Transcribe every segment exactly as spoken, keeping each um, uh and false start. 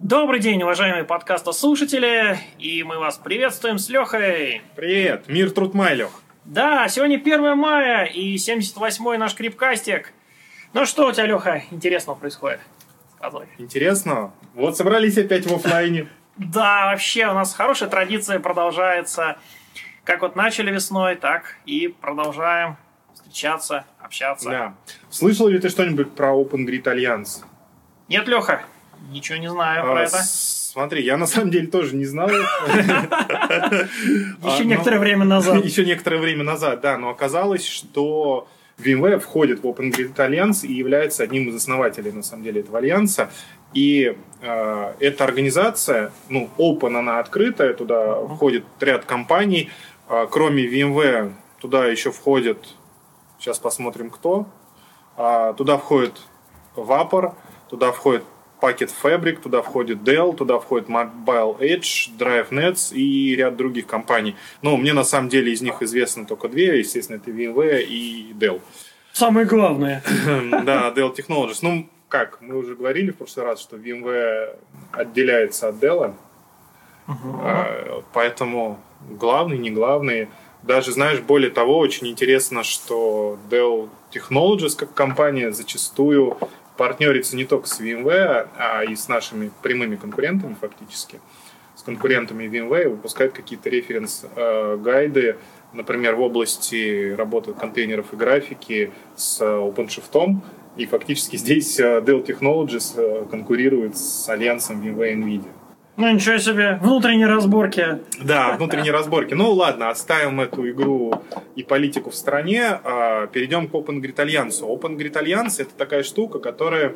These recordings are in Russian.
Добрый день, уважаемые подкастослушатели, и мы вас приветствуем с Лехой. Привет, мир, труд, май, Лех. Да, сегодня первое мая и семьдесят восьмой наш крипкастик. Ну что у тебя, Леха, интересного происходит? Сказывай. Интересно? Вот собрались опять в офлайне. Да, вообще у нас хорошая традиция продолжается. Как вот начали весной, так и продолжаем встречаться, общаться. Да. Слышал ли ты что-нибудь про Open Grid Alliance? Нет, Леха, ничего не знаю про а, это. Смотри, я на самом деле тоже не знал. Еще некоторое время назад. Еще некоторое время назад, да. Но оказалось, что VMware входит в Open Grid Alliance и является одним из основателей, на самом деле, этого альянса. И э, эта организация, ну, Open, она открытая, туда входит ряд компаний. Э, кроме VMware, туда еще входит, сейчас посмотрим, кто. Э, туда входит Vapor, туда входит Packet Fabric, туда входит Dell, туда входит Mobile Edge, DriveNets и ряд других компаний. Но мне на самом деле из них известно только две, естественно, это VMware и Dell. Самое главное. Да, Dell Technologies. Ну, как, мы уже говорили в прошлый раз, что VMware отделяется от Dell, поэтому главный, не главный. Даже, знаешь, более того, очень интересно, что Dell Technologies как компания зачастую партнерится не только с VMware, а и с нашими прямыми конкурентами фактически. С конкурентами VMware выпускает какие-то референс-гайды, например, в области работы контейнеров и графики с OpenShift. И фактически здесь Dell Technologies конкурирует с альянсом VMware и NVIDIA. Ну ничего себе, внутренние разборки. Да, внутренние разборки. Ну ладно, оставим эту игру и политику в стороне, перейдем к Open Grid Alliance. Open Grid Alliance — это такая штука, которая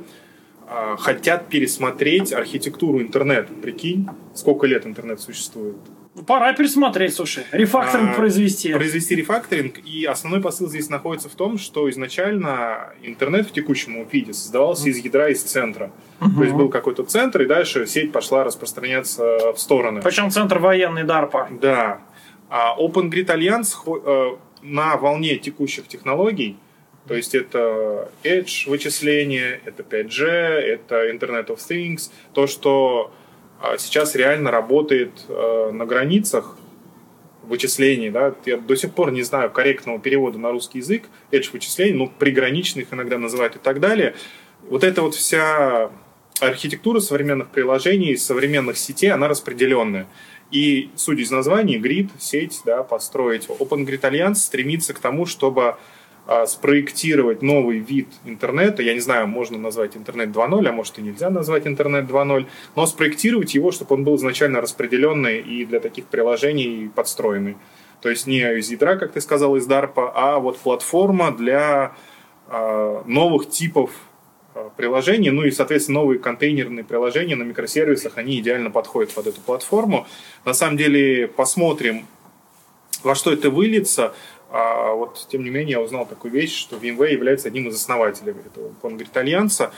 хотят пересмотреть архитектуру интернета. Прикинь, сколько лет интернет существует? Пора пересмотреть, слушай, рефакторинг а, произвести. Произвести рефакторинг. И основной посыл здесь находится в том, что изначально интернет в текущем виде создавался из ядра, из центра. Uh-huh. То есть был какой-то центр, и дальше сеть пошла распространяться в стороны. Причем центр военный дарпа. Да. А Open Grid Alliance на волне текущих технологий, то есть это Edge вычисления, это пять джи, это Internet of Things, то, что сейчас реально работает э, на границах вычислений. Да? Я до сих пор не знаю корректного перевода на русский язык. Edge вычислений, ну, приграничных иногда называют и так далее. Вот эта вот вся архитектура современных приложений, современных сетей, она распределенная. И, судя из названия, грид, сеть, да, построить. Open Grid Alliance стремится к тому, чтобы спроектировать новый вид интернета, я не знаю, можно назвать интернет два ноль, а может и нельзя назвать интернет два ноль, но спроектировать его, чтобы он был изначально распределенный и для таких приложений подстроенный. То есть не из ядра, как ты сказал, из дарпа, а вот платформа для э, новых типов э, приложений, ну и, соответственно, новые контейнерные приложения на микросервисах, они идеально подходят под эту платформу. На самом деле, посмотрим, во что это выльется. А вот, тем не менее, я узнал такую вещь, что VMware является одним из основателей этого Open Grid Alliance,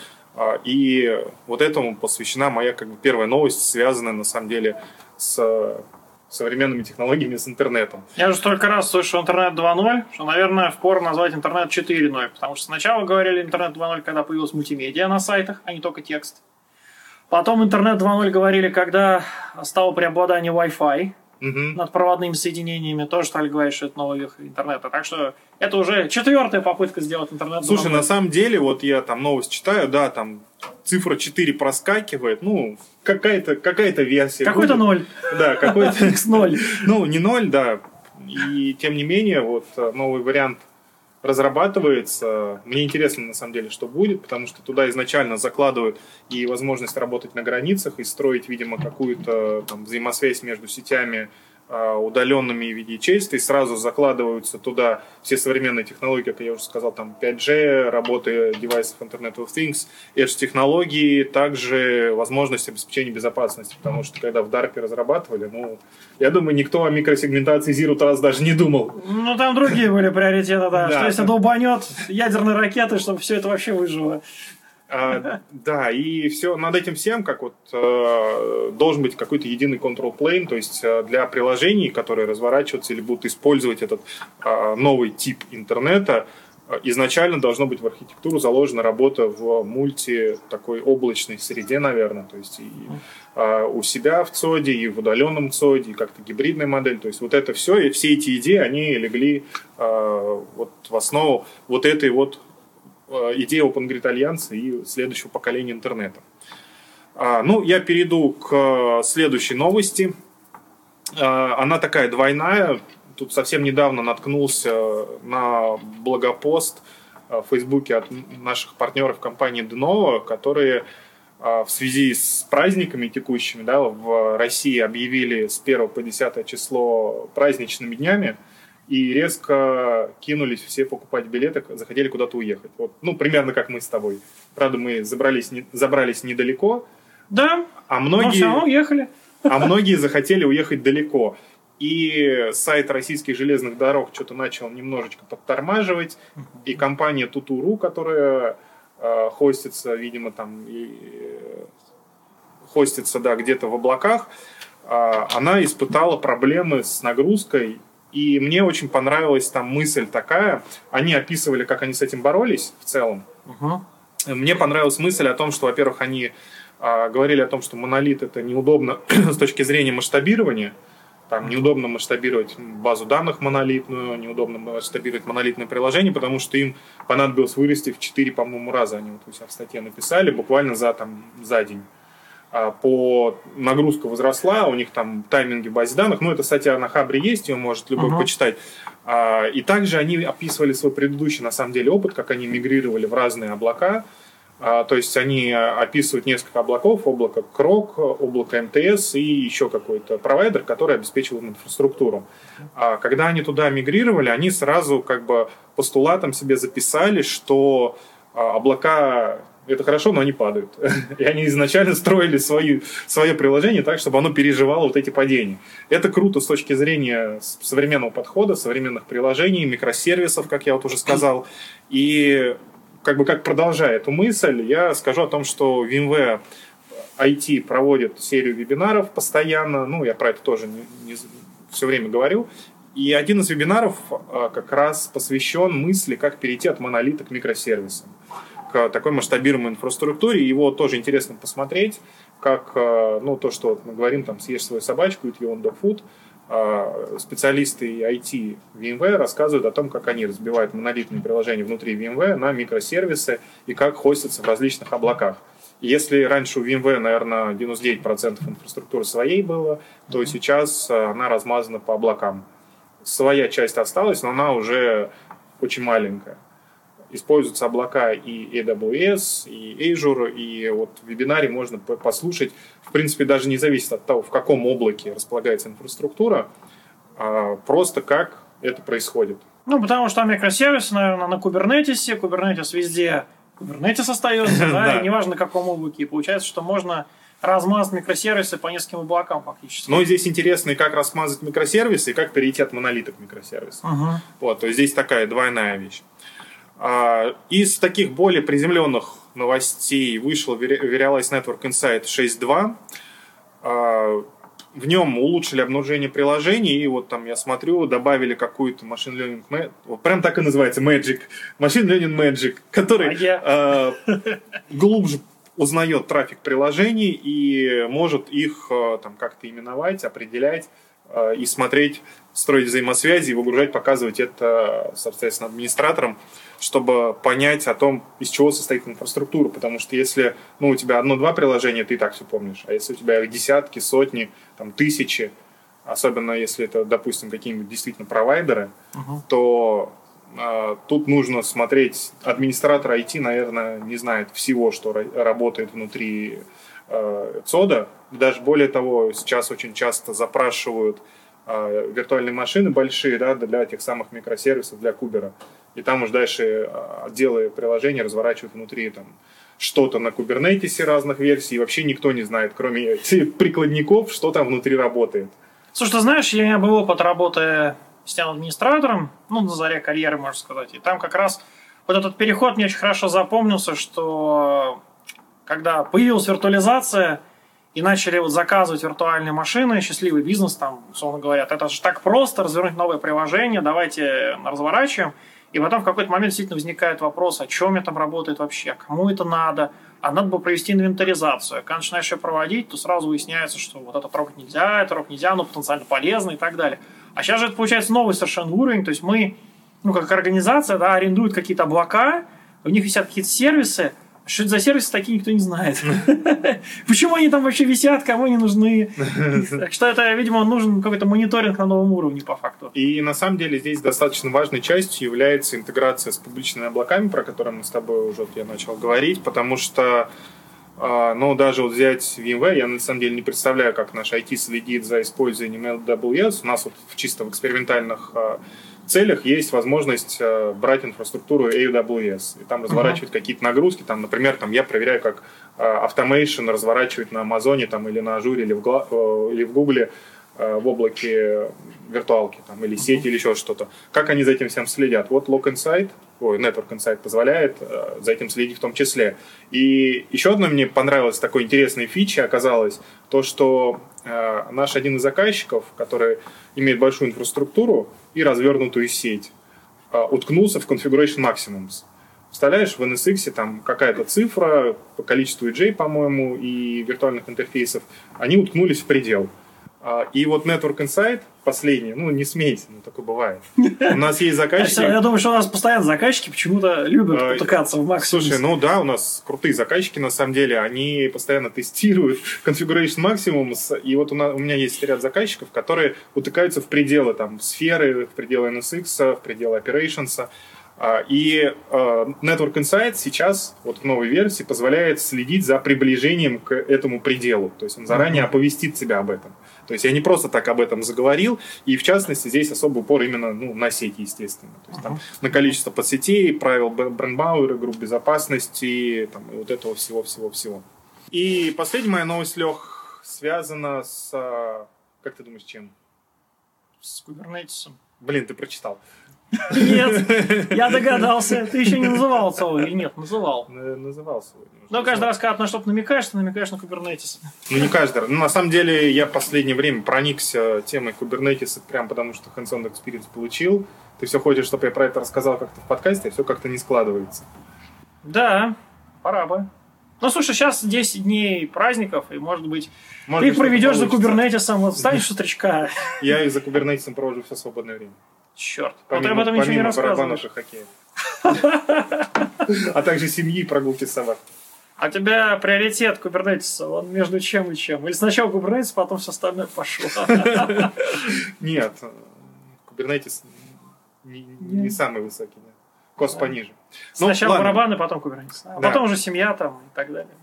и вот этому посвящена моя как бы первая новость, связанная на самом деле с современными технологиями, с интернетом. Я же столько раз слышу интернет два ноль, что, наверное, впору назвать интернет четыре ноль, потому что сначала говорили интернет два ноль, когда появилась мультимедиа на сайтах, а не только текст. Потом интернет два ноль говорили, когда стало преобладание Wi-Fi Uh-huh. над проводными соединениями, тоже стали говорить, что это новый век интернета. Так что это уже четвертая попытка сделать интернет. Слушай, на самом деле, вот я там новость читаю, да, там цифра четыре проскакивает, ну, какая-то, какая-то версия. Какой-то ноль. Да, какой-то... ноль. Ну, не ноль, да. И тем не менее, вот новый вариант разрабатывается. Мне интересно, на самом деле, что будет, потому что туда изначально закладывают и возможность работать на границах, и строить, видимо, какую-то там взаимосвязь между сетями удаленными в виде ячейств, и сразу закладываются туда все современные технологии, как я уже сказал, там пять джи, работы девайсов Internet of Things, Edge-технологии, также возможность обеспечения безопасности, потому что когда в дарпе разрабатывали, ну, я думаю, никто о микросегментации Zero Trust даже не думал. Ну, там другие были приоритеты, да, что если долбанет ядерной ракеты, чтобы все это вообще выжило. А, да, и все над этим всем, как вот э, должен быть какой-то единый control plane, то есть э, для приложений, которые разворачиваются или будут использовать этот э, новый тип интернета, изначально должно быть в архитектуру заложена работа в мульти такой облачной среде, наверное. То есть и а, у себя в ЦОДе, и в удаленном ЦОДе, и как-то гибридная модель. То есть вот это все, и все эти идеи, они легли а, вот в основу вот этой вот а, идеи Open Grid Альянса и следующего поколения интернета. А, ну, я перейду к следующей новости. А, она такая двойная. Тут совсем недавно наткнулся на блогопост в Фейсбуке от наших партнеров компании Denova, которые в связи с праздниками текущими, да, в России объявили с первого по десятое число праздничными днями и резко кинулись все покупать билеты, захотели куда-то уехать. Вот, ну, примерно как мы с тобой. Правда, мы забрались, не, забрались недалеко. Да, а многие, но все равно уехали. А многие захотели уехать далеко. И сайт российских железных дорог что-то начал немножечко подтормаживать. И компания Тутуру, которая э, хостится, видимо, там и, э, хостится, да, где-то в облаках, э, она испытала проблемы с нагрузкой. И мне очень понравилась там мысль такая. Они описывали, как они с этим боролись в целом. Угу. Мне понравилась мысль о том, что, во-первых, они э, говорили о том, что монолит это неудобно с точки зрения масштабирования. Там неудобно масштабировать базу данных монолитную, неудобно масштабировать монолитное приложение, потому что им понадобилось вырасти в четыре, по-моему, раза. Они вот у себя в статье написали, буквально за, там, за день. А по нагрузка возросла, у них там тайминги в базе данных. Ну, эта статья на Хабре есть, ее может любой uh-huh. почитать. А, и также они описывали свой предыдущий, на самом деле, опыт, как они мигрировали в разные облака. А, то есть они описывают несколько облаков, облако Крок, облако МТС и еще какой-то провайдер, который обеспечивал им инфраструктуру. А когда они туда мигрировали, они сразу как бы постулатом себе записали, что а, облака это хорошо, но они падают. И они изначально строили свои, свое приложение так, чтобы оно переживало вот эти падения. Это круто с точки зрения современного подхода, современных приложений, микросервисов, как я вот уже сказал. И как бы как продолжая эту мысль, я скажу о том, что VMware ай ти проводит серию вебинаров постоянно, ну, я про это тоже не, не, все время говорю, и один из вебинаров а, как раз посвящен мысли, как перейти от монолита к микросервисам, к такой масштабируемой инфраструктуре. Его тоже интересно посмотреть, как, а, ну, то, что мы говорим, там, съешь свою собачку, eat your own dog food. Специалисты ай ти VMware рассказывают о том, как они разбивают монолитные приложения внутри VMware на микросервисы и как хостятся в различных облаках. И если раньше у VMware, наверное, девяносто девять процентов инфраструктуры своей было, то mm-hmm. сейчас она размазана по облакам. Своя часть осталась, но она уже очень маленькая. Используются облака и эй дабл ю эс, и Azure, и вот в вебинаре можно послушать. В принципе, даже не зависит от того, в каком облаке располагается инфраструктура, а просто как это происходит. Ну, потому что там микросервисы, наверное, на Kubernetes, Kubernetes везде, Kubernetes остается, да, и неважно, на каком облаке. И получается, что можно размазать микросервисы по нескольким облакам фактически. Но здесь интересно и как размазать микросервисы, и как перейти от монолита к микросервису. Uh-huh. Вот, то есть здесь такая двойная вещь. Из таких более приземленных новостей вышел Verialize Network Insight шесть точка два. В нем улучшили обнаружение приложений, и вот там я смотрю, добавили какую-то machine learning, вот прям так и называется, Magic, machine learning Magic, который э, глубже узнает трафик приложений и может их э, там как-то именовать, определять э, и смотреть, строить взаимосвязи, выгружать, показывать это, соответственно, администраторам, чтобы понять о том, из чего состоит инфраструктура. Потому что если ну, у тебя одно-два приложения, ты и так все помнишь. А если у тебя их десятки, сотни, там, тысячи, особенно если это, допустим, какие-нибудь действительно провайдеры, uh-huh. то э, тут нужно смотреть. Администратор ай ти, наверное, не знает всего, что ра- работает внутри э, ЦОДа. Даже более того, сейчас очень часто запрашивают э, виртуальные машины большие, да, для тех самых микросервисов, для Кубера. И там уже дальше отделы приложения разворачивают внутри там, что-то на кубернетисе разных версий. И вообще никто не знает, кроме прикладников, что там внутри работает. Слушай, ты знаешь, у меня был опыт работы системным администратором, ну, на заре карьеры, можно сказать. И там как раз вот этот переход мне очень хорошо запомнился, что когда появилась виртуализация и начали вот заказывать виртуальные машины, счастливый бизнес, там, условно говоря, это же так просто, развернуть новое приложение, давайте разворачиваем. И потом в какой-то момент действительно возникает вопрос, о чем это работает вообще, кому это надо, а надо бы провести инвентаризацию. Когда начинаешь ее проводить, то сразу выясняется, что вот это трогать нельзя, это трогать нельзя, оно потенциально полезно и так далее. А сейчас же это получается новый совершенно уровень, то есть мы, ну как организация, да, арендуют какие-то облака, у них висят какие-то сервисы. Что это за сервисы такие, никто не знает. Почему они там вообще висят, кому они нужны. Так что это, видимо, нужен какой-то мониторинг на новом уровне по факту. И на самом деле здесь достаточно важной частью является интеграция с публичными облаками, про которые мы с тобой уже я начал говорить, потому что ну, даже вот взять VMware, я на самом деле не представляю, как наш ай ти следит за использованием эй дабл ю эс. У нас вот чисто в экспериментальных целях есть возможность э, брать инфраструктуру эй дабл ю эс и там разворачивать uh-huh. какие-то нагрузки. Там, например, там, я проверяю, как э, Automation разворачивать на Амазоне там, или на Ажуре, или в, Гла- э, или в Гугле э, в облаке виртуалки там, или сети, uh-huh. или еще что-то. Как они за этим всем следят? Вот Lock Insight, ой, Network Insight позволяет э, за этим следить в том числе. И еще одно мне понравилось такой интересной фичи оказалось, то, что э, наш один из заказчиков, который имеет большую инфраструктуру и развернутую сеть, уткнулся в Configuration Maximums. Вставляешь в эн эс икс там какая-то цифра по количеству и джей, по-моему, и виртуальных интерфейсов, они уткнулись в предел. И вот Network Insight последний, ну не смейся, ну такое бывает. У нас есть заказчики... Я думаю, что у нас постоянно заказчики почему-то любят утыкаться в Maximums. Слушай, ну да, у нас крутые заказчики, на самом деле, они постоянно тестируют Configuration Maximums, и вот у, нас, у меня есть ряд заказчиков, которые утыкаются в пределы там, сферы, в пределы эн эс икс, в пределы Operations. И Network Insight сейчас, вот в новой версии, позволяет следить за приближением к этому пределу. То есть он заранее оповестит тебя об этом. То есть я не просто так об этом заговорил, и в частности здесь особый упор именно ну, на сети, естественно. То есть, там, на количество подсетей, правил Брандбауэра, групп безопасности, там, и вот этого всего-всего-всего. И последняя моя новость, Лех, связана с... Как ты думаешь, чем? С Kubernetes. Блин, ты прочитал. Нет, я догадался. Ты еще не называл слово или нет? Называл. Называл сегодня. Но каждый раз, когда ты на что-то намекаешь, ты намекаешь на Kubernetes. Ну, не каждый раз. Ну, на самом деле, я в последнее время проникся темой Kubernetes, прям потому что hands-on experience получил. Ты все хочешь, чтобы я про это рассказал как-то в подкасте, а все как-то не складывается. Да, пора бы. Ну, слушай, сейчас десять дней праздников, и, может быть, может ты их быть, проведешь за Kubernetes, вот встанешь с утречка. Я их за Kubernetes провожу все свободное время. Черт, помимо, вот об этом ничего не рассказываешь. И хоккея. А также семьи и прогулки с собак. А у тебя приоритет Kubernetes, он между чем и чем? Или сначала Kubernetes, потом все остальное пошло? Нет, Kubernetes не, не самый высокий. Нет. Кост пониже. Сначала ну, барабаны, потом Kubernetes. А да. Потом уже семья там и так далее.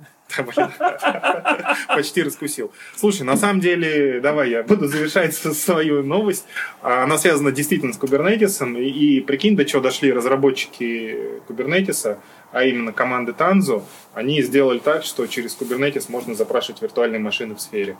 Почти раскусил. Слушай, на самом деле, давай я буду завершать свою новость. Она связана действительно с Kubernetes. И, и прикинь, до чего дошли разработчики Kubernetes, а именно команды Tanzu. Они сделали так, что через Kubernetes можно запрашивать виртуальные машины в сфере.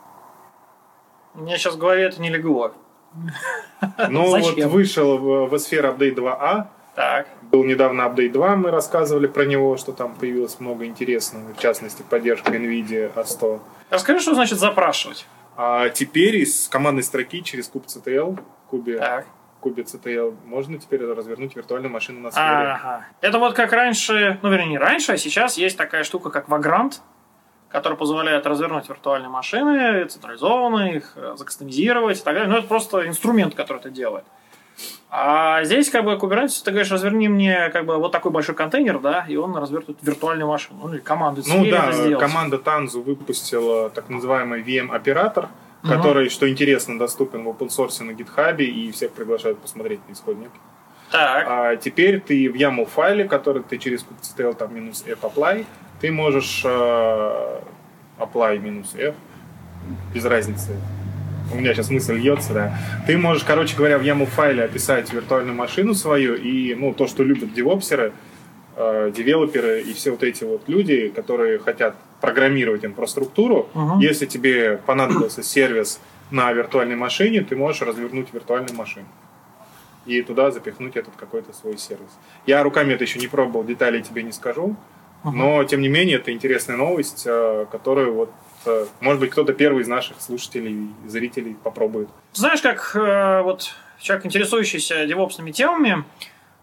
У меня сейчас в голове это не легло. Ну вот вышел в, в Sphere Update два а. Так. Был недавно апдейт два, мы рассказывали про него, что там появилось много интересного, в частности, поддержка NVIDIA а сто. Расскажи, что значит запрашивать. А теперь из командной строки через kubectl, кубе, так. kubectl, можно теперь развернуть виртуальную машину на сфере. Ага. Это вот как раньше, ну вернее не раньше, а сейчас есть такая штука, как Vagrant, которая позволяет развернуть виртуальные машины, централизованно их закастомизировать и так далее. Но это просто инструмент, который это делает. А здесь, как бы, Kubernetes, ты говоришь, разверни мне, как бы, вот такой большой контейнер, да, и он развертывает виртуальную машину. Ну, или команду. Ну, да, команда Tanzu выпустила так называемый ви эм-оператор, uh-huh. который, что интересно, доступен в open source на GitHub, и всех приглашают посмотреть на исходник. Так. А теперь ты в YAML файле, который ты через kubectl там минус f apply, ты можешь uh, apply минус f, без разницы. У меня сейчас мысль льется, да. Ты можешь, короче говоря, в YAML файле описать виртуальную машину свою и, ну, то, что любят девопсеры, э, девелоперы и все вот эти вот люди, которые хотят программировать инфраструктуру. Uh-huh. Если тебе понадобился сервис на виртуальной машине, ты можешь развернуть виртуальную машину и туда запихнуть этот какой-то свой сервис. Я руками это еще не пробовал, деталей тебе не скажу, uh-huh. но, тем не менее, это интересная новость, э, которую вот может быть, кто-то первый из наших слушателей и зрителей попробует. Знаешь, как э, вот человек, интересующийся девопсными темами,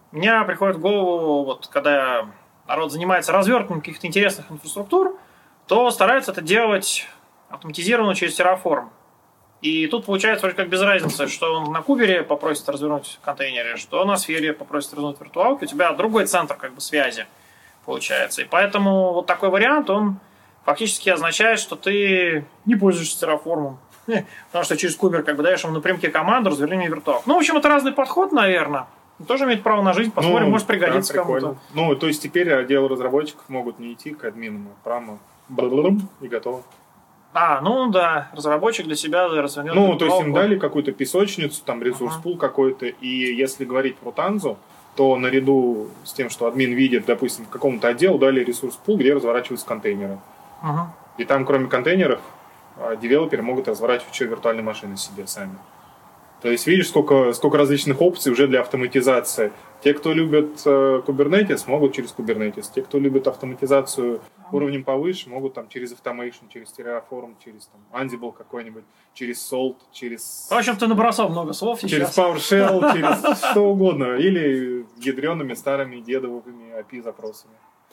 мне приходит в голову, вот, когда народ занимается развертыванием каких-то интересных инфраструктур, то старается это делать автоматизированно через Terraform. И тут получается вроде как без разницы, что он на кубере попросит развернуть контейнеры, что на сфере попросит развернуть виртуалки, у тебя другой центр как бы связи получается. И поэтому вот такой вариант, он фактически означает, что ты не пользуешься Terraform. Потому что через кубер как бы даешь ему напрямки команду, разверни мне виртуалку. Ну, в общем, это разный подход, наверное. Он тоже имеет право на жизнь, посмотрим, ну, может пригодится да, кому-то. Ну, то есть теперь отдел разработчиков могут не идти к админам, а прямо и готово. А, ну да, разработчик для себя развернет. Ну, то есть им дали какую-то песочницу, там ресурс-пул uh-huh. какой-то, и если говорить про Танзу, то наряду с тем, что админ видит, допустим, в какому-то отделу дали ресурс-пул, где разворачиваются контейнеры. Uh-huh. И там, кроме контейнеров, девелоперы могут разворачивать еще виртуальные машины себе сами. То есть видишь, сколько, сколько различных опций уже для автоматизации. Те, кто любит э, Kubernetes, могут через Kubernetes. Те, кто любит автоматизацию уровнем повыше, могут там через Automation, через Terraform, через там, Ansible какой-нибудь, через Salt, через... В общем, ты набросал много слов сейчас. Через PowerShell, через что угодно. Или ядреными старыми дедовыми эй пи ай-запросами.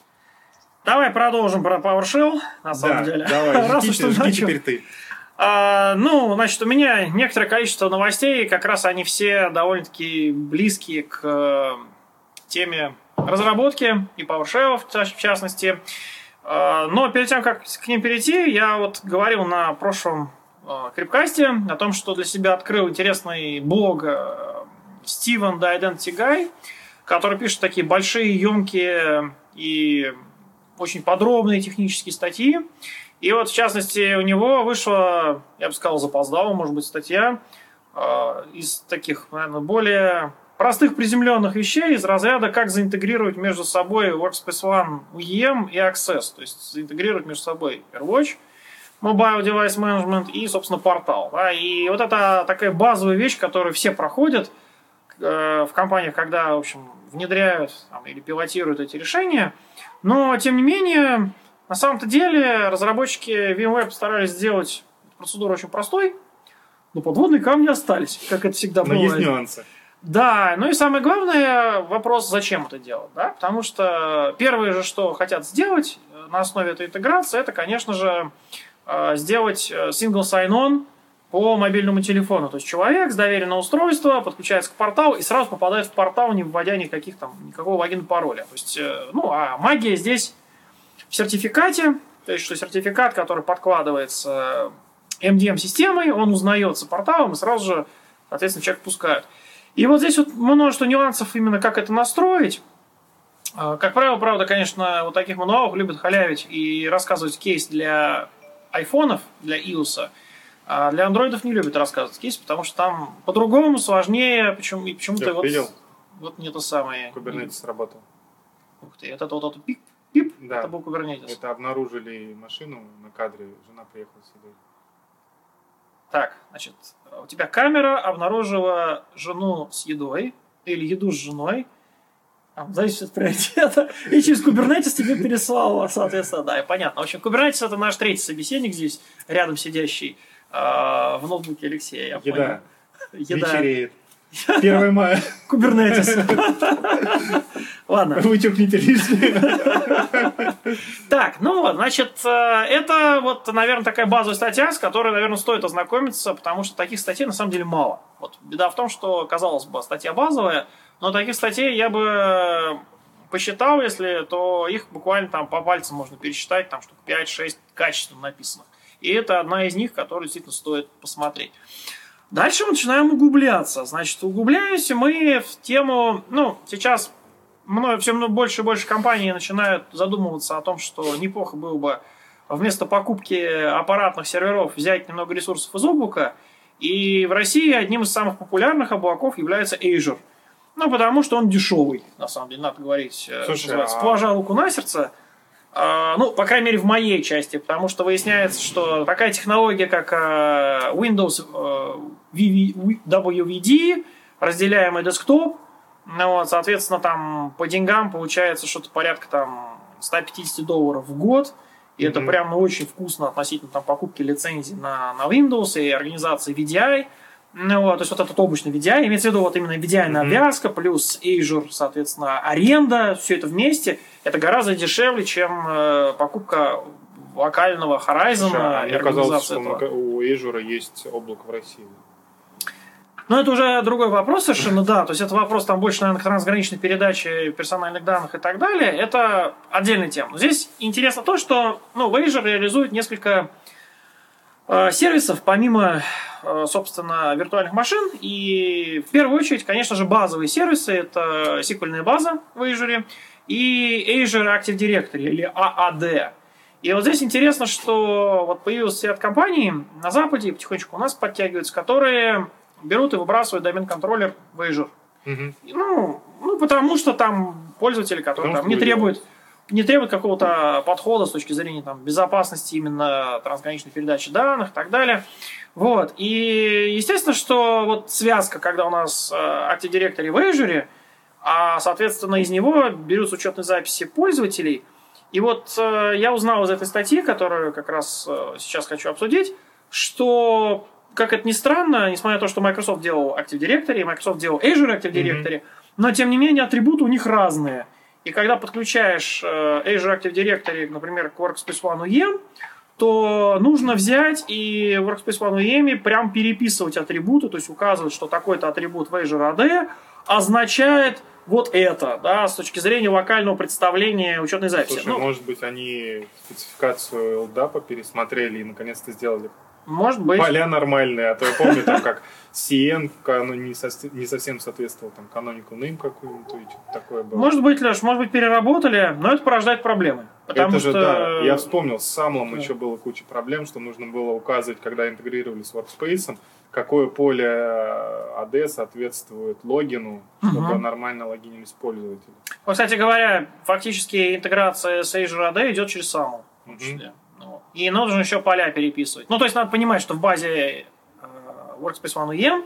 Давай продолжим про PowerShell, на самом да, деле. Давай, Раз жги, уж жги начал. теперь ты. А, ну, значит, у меня некоторое количество новостей, как раз они все довольно-таки близкие к э, теме разработки и PowerShell в частности. А, но перед тем, как к ним перейти, я вот говорил на прошлом э, крипкасте о том, что для себя открыл интересный блог э, Steven the Identity Guy, который пишет такие большие, емкие и очень подробные технические статьи. И вот, в частности, у него вышла, я бы сказал, запоздала, может быть, статья э, из таких, наверное, более простых приземленных вещей из разряда, как заинтегрировать между собой Workspace ONE ю и эм и Access, то есть заинтегрировать между собой AirWatch, Mobile Device Management и, собственно, портал. Да? И вот это такая базовая вещь, которую все проходят э, в компаниях, когда, в общем, внедряют там, или пилотируют эти решения. Но, тем не менее... На самом-то деле разработчики VMware постарались сделать процедуру очень простой, но подводные камни остались, как это всегда бывает. Но есть нюансы. Да, ну и самое главное вопрос, зачем это делать, да? Потому что первое же, что хотят сделать на основе этой интеграции, это, конечно же, сделать single sign-on по мобильному телефону. То есть человек с доверенного устройства подключается к порталу и сразу попадает в портал, не вводя никаких там, никакого логина пароля. То есть, ну, а магия здесь в сертификате, то есть что сертификат, который подкладывается эм ди эм-системой, он узнается порталом и сразу же, соответственно, человек пускают. И вот здесь вот множество нюансов именно, как это настроить. Как правило, правда, конечно, вот таких мануалов любят халявить и рассказывать кейс для айфонов, для iOS, а для андроидов не любят рассказывать кейс, потому что там по-другому, сложнее, почему, и почему-то вот, вот не то самое. Kubernetes сработал. Ух ты, это вот этот пип. Пип, да, это был Kubernetes. Это обнаружили машину на кадре, жена приехала сюда. Так, значит, у тебя камера обнаружила жену с едой, или еду с женой, а, зависит от приоритета, и через Kubernetes тебе переслала, соответственно, да, и понятно. В общем, Kubernetes это наш третий собеседник здесь, рядом сидящий э, в ноутбуке Алексея, я Еда. понял. Еда. Вечереет. первое мая. Kubernetes. Ладно. Вытекните лишнее. Так, ну вот, значит, это вот, наверное, такая базовая статья, с которой, наверное, стоит ознакомиться, потому что таких статей на самом деле мало. Вот. Беда в том, что, казалось бы, статья базовая, но таких статей я бы посчитал, если, то их буквально там по пальцам можно пересчитать, там штук пять-шесть качественно написанных. И это одна из них, которую действительно стоит посмотреть. Дальше мы начинаем углубляться. Значит, углубляемся мы в тему, ну, сейчас мною, все больше и больше компаний начинают задумываться о том, что неплохо было бы вместо покупки аппаратных серверов взять немного ресурсов из облака. И в России одним из самых популярных облаков является Azure. Ну, потому что он дешевый, на самом деле, надо говорить. Слушай, а... положа руку на сердце. Ну, по крайней мере, в моей части, потому что выясняется, что такая технология, как Windows дабл ю ви ди, разделяемый десктоп, ну, вот, соответственно, там по деньгам получается что-то порядка там сто пятьдесят долларов в год, и mm-hmm. это прям очень вкусно относительно там покупки лицензий на, на Windows и организации ви ди ай. Ну, вот, то есть вот этот облачный ви ди ай, имеется в виду вот именно ви ди ай-ная mm-hmm. обвязка, плюс Azure, соответственно, аренда, все это вместе, это гораздо дешевле, чем э, покупка локального Horizon. Слушай, а мне казалось, что у Azure есть облако в России. Ну, это уже другой вопрос совершенно, да. То есть это вопрос там больше, наверное, трансграничной передачи персональных данных и так далее. Это отдельная тема. Но здесь интересно то, что ну, Azure реализует несколько э, сервисов, помимо, э, собственно, виртуальных машин. И в первую очередь, конечно же, базовые сервисы. Это сиквельная база в Azure и Azure Active Directory, или эй эй ди. И вот здесь интересно, что вот появился ряд компаний на Западе, потихонечку у нас подтягиваются, которые берут и выбрасывают домен-контроллер в Azure. Угу. Ну, ну, потому что там пользователи, которые там, не, требуют, не требуют какого-то подхода с точки зрения там, безопасности именно трансграничной передачи данных и так далее. Вот. И естественно, что вот связка, когда у нас Active Directory в Azure, а, соответственно, из него берутся учетные записи пользователей. И вот э, я узнал из этой статьи, которую как раз э, сейчас хочу обсудить, что, как это ни странно, несмотря на то, что Microsoft делал Active Directory, Microsoft делал Azure Active Directory, mm-hmm. но, тем не менее, атрибуты у них разные. И когда подключаешь э, Azure Active Directory, например, к Workspace ONE ю и эм, то нужно взять и в Workspace ONE ю и эм прям переписывать атрибуты, то есть указывать, что такой-то атрибут в Azure эй ди означает вот это, да, с точки зрения локального представления учетной записи. Слушай, ну, может быть, они спецификацию эл дапа пересмотрели и наконец-то сделали может быть. Поля нормальные, а то я помню, там как си эн не, со, не совсем соответствовал там canonical name какую-то, и что-то такое было. Может быть, Леш, может быть, переработали, но это порождает проблемы. Потому это что... же, да, я вспомнил, с самлом да. еще было куча проблем, что нужно было указывать, когда интегрировали с Workspace, какое поле эй ди соответствует логину, чтобы угу. нормально логинились пользователи. Вот, кстати говоря, фактически интеграция с Azure эй ди идет через самл, в том числе. Угу. И нужно еще поля переписывать. Ну, то есть надо понимать, что в базе э, Workspace ONE ю и эм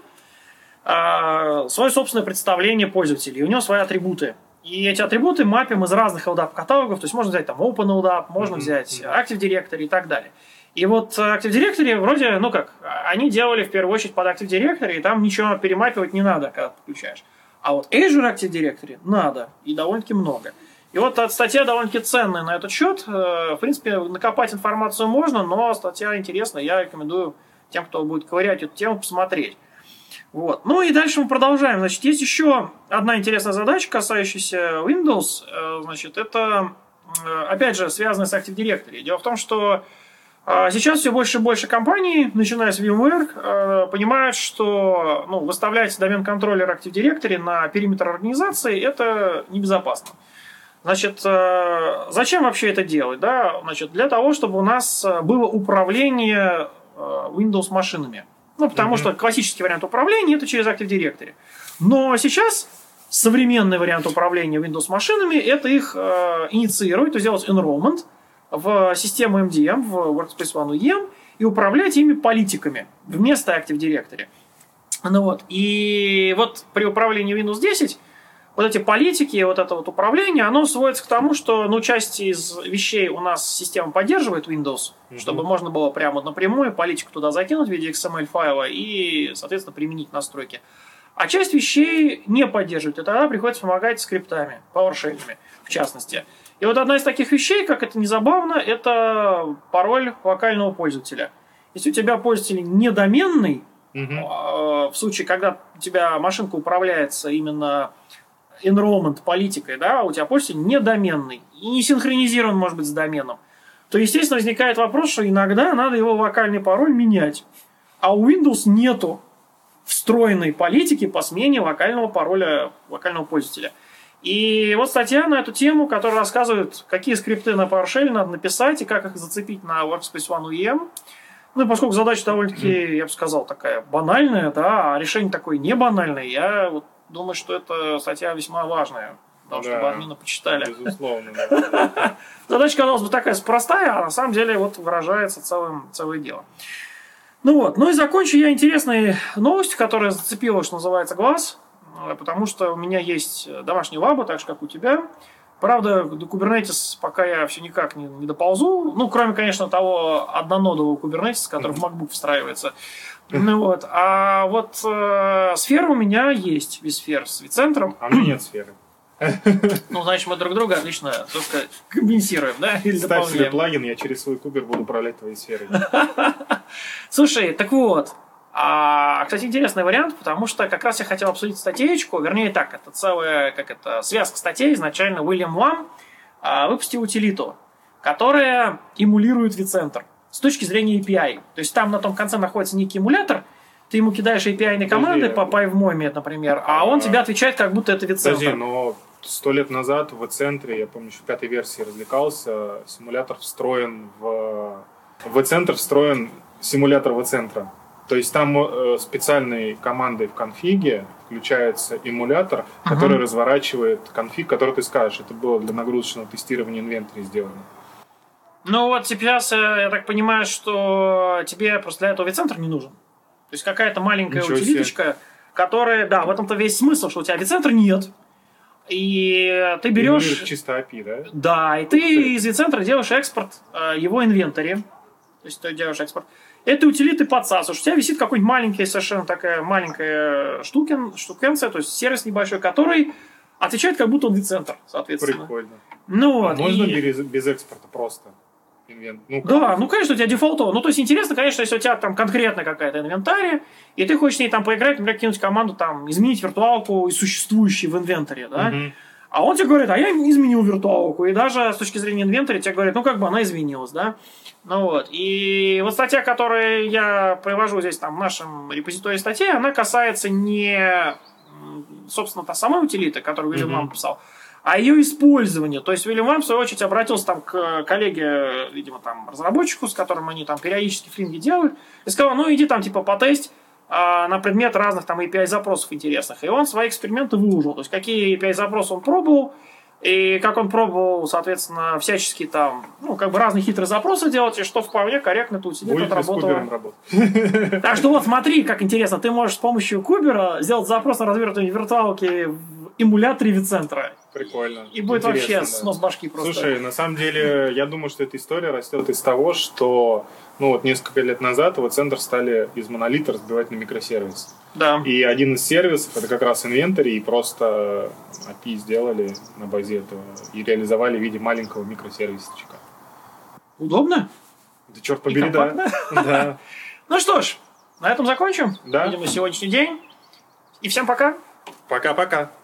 э, свое собственное представление пользователей, у него свои атрибуты. И эти атрибуты мапим из разных эл дап каталогов, то есть можно взять там OpenLDAP, можно mm-hmm. взять Active Directory и так далее. И вот Active Directory вроде, ну как, они делали в первую очередь под Active Directory, и там ничего перемапивать не надо, когда подключаешь. А вот Azure Active Directory надо, и довольно-таки много. И вот статья довольно-таки ценная на этот счет. В принципе, накопать информацию можно, но статья интересная, я рекомендую тем, кто будет ковырять эту тему, посмотреть. Вот. Ну и дальше мы продолжаем. Значит, есть еще одна интересная задача, касающаяся Windows. Значит, это, опять же, связанная с Active Directory. Дело в том, что сейчас все больше и больше компаний, начиная с VMware, понимают, что ну, выставлять домен-контроллер Active Directory на периметр организации – это небезопасно. Значит, зачем вообще это делать? Да? Значит, для того, чтобы у нас было управление Windows-машинами. Ну, потому mm-hmm. что классический вариант управления – это через Active Directory. Но сейчас современный вариант управления Windows-машинами – это их э, инициировать, то есть сделать enrollment в систему эм ди эм, в Workspace ONE ю и эм, и управлять ими политиками вместо Active Directory. Ну, вот. И вот при управлении Windows десять вот эти политики, вот это вот управление, оно сводится к тому, что ну, часть из вещей у нас система поддерживает Windows, mm-hmm. чтобы можно было прямо напрямую политику туда закинуть в виде икс эм эль-файла и, соответственно, применить настройки. А часть вещей не поддерживает, и тогда приходится помогать скриптами, PowerShell'ами в частности. И вот одна из таких вещей, как это не забавно, это пароль локального пользователя. Если у тебя пользователь недоменный, mm-hmm. в случае, когда у тебя машинка управляется именно enrollment политикой, да, у тебя пользователь недоменный и не синхронизирован, может быть, с доменом, то, естественно, возникает вопрос, что иногда надо его локальный пароль менять. А у Windows нету встроенной политики по смене локального пароля локального пользователя. И вот статья на эту тему, которая рассказывает, какие скрипты на PowerShell надо написать и как их зацепить на Workspace ONE ю и эм. Ну и поскольку задача довольно-таки, mm. я бы сказал, такая банальная, да, а решение такое не банальное, я вот думаю, что эта статья весьма важная, потому да, чтобы админы почитали. Безусловно, да. Задача, казалось бы, такая простая, а на самом деле вот выражается целым, целое дело. Ну вот, ну и закончу я интересной новостью, которая зацепила, что называется, глаз, потому что у меня есть домашняя лаба, так же, как у тебя. Правда, до Kubernetes пока я все никак не, не доползу. Ну, кроме, конечно, того однонодового Kubernetes, который в MacBook встраивается. Ну вот. А вот э, сфера у меня есть, vSphere с vCenter. А у меня нет сферы. Ну, значит, мы друг друга отлично, так сказать, компенсируем, да? Или Ставь себе дополняем. плагин, я через свой кубер буду управлять твоей сферой. Слушай, так вот. А, кстати, интересный вариант, потому что как раз я хотел обсудить статейку, вернее так, это целая, как это, связка статей. Изначально Уильям Лам а, выпустил утилиту, которая эмулирует vCenter с точки зрения эй пи ай. То есть там на том конце находится некий эмулятор, ты ему кидаешь эй пи ай-ные команды по PyVMome, например, а он тебе отвечает, как будто это vCenter. Подожди, но сто лет назад в vCenter, я помню, еще в пятой версии развлекался, симулятор встроен в... В vCenter встроен симулятор vCenter. То есть там э, специальной командой в конфиге включается эмулятор, uh-huh. который разворачивает конфиг, который ты скажешь. Это было для нагрузочного тестирования инвентаря сделано. Ну вот сейчас я так понимаю, что тебе просто для этого vCenter не нужен. То есть какая-то маленькая Ничего утилиточка, себе. которая, да, в этом-то весь смысл, что у тебя vCenter нет. И ты берешь... Эмулирует чисто эй пи ай, да? Да, и ты из vCenter делаешь экспорт э, его инвентаря. То есть ты делаешь экспорт. Этой утилиты подсасываешь. У тебя висит какой-нибудь маленький, совершенно такая маленькая штукен, штукенция, то есть сервис небольшой, который отвечает как будто он vCenter, соответственно. Прикольно. Ну, вот, Можно и... без, без экспорта просто? Инвент... Ну, да, ну, конечно, у тебя дефолтово. Ну, то есть, интересно, конечно, если у тебя там конкретно какая-то инвентарь, и ты хочешь с ней там поиграть, например, кинуть команду, там, изменить виртуалку из существующей в инвентаре, да? Угу. А он тебе говорит, а я изменил виртуалку. И даже с точки зрения инвентаря тебе говорят, ну, как бы она изменилась, да? Ну вот. И вот статья, которую я привожу здесь там в нашем репозитории статей, она касается не, собственно, та самой утилиты, которую Уильям Лам писал, а ее использование. То есть Уильям Лам, в свою очередь, обратился там к коллеге, видимо, там, разработчику, с которым они там периодически флинги делают, и сказал, ну, иди там, типа, потесть а, на предмет разных там эй пи ай-запросов интересных. И он свои эксперименты выложил. То есть, какие эй пи ай-запросы он пробовал, и как он пробовал, соответственно, всячески там, ну, как бы разные хитрые запросы делать, и что вполне корректно тут сидит, будет отработало. работать. Так что вот смотри, как интересно, ты можешь с помощью кубера сделать запрос на развернутые виртуалки в эмуляторе vCenter. Прикольно. И будет Интересно, вообще да. снос башки просто. Слушай, на самом деле, я думаю, что эта история растет из того, что ну вот несколько лет назад vCenter стали из монолита разбивать на микросервисы. Да. И один из сервисов это как раз инвентарь, и просто эй пи ай сделали на базе этого и реализовали в виде маленького микросервисчика. Удобно? Да черт побери, да. да. Ну что ж, на этом закончим. Да. Видимо, сегодняшний день. И всем пока. Пока-пока.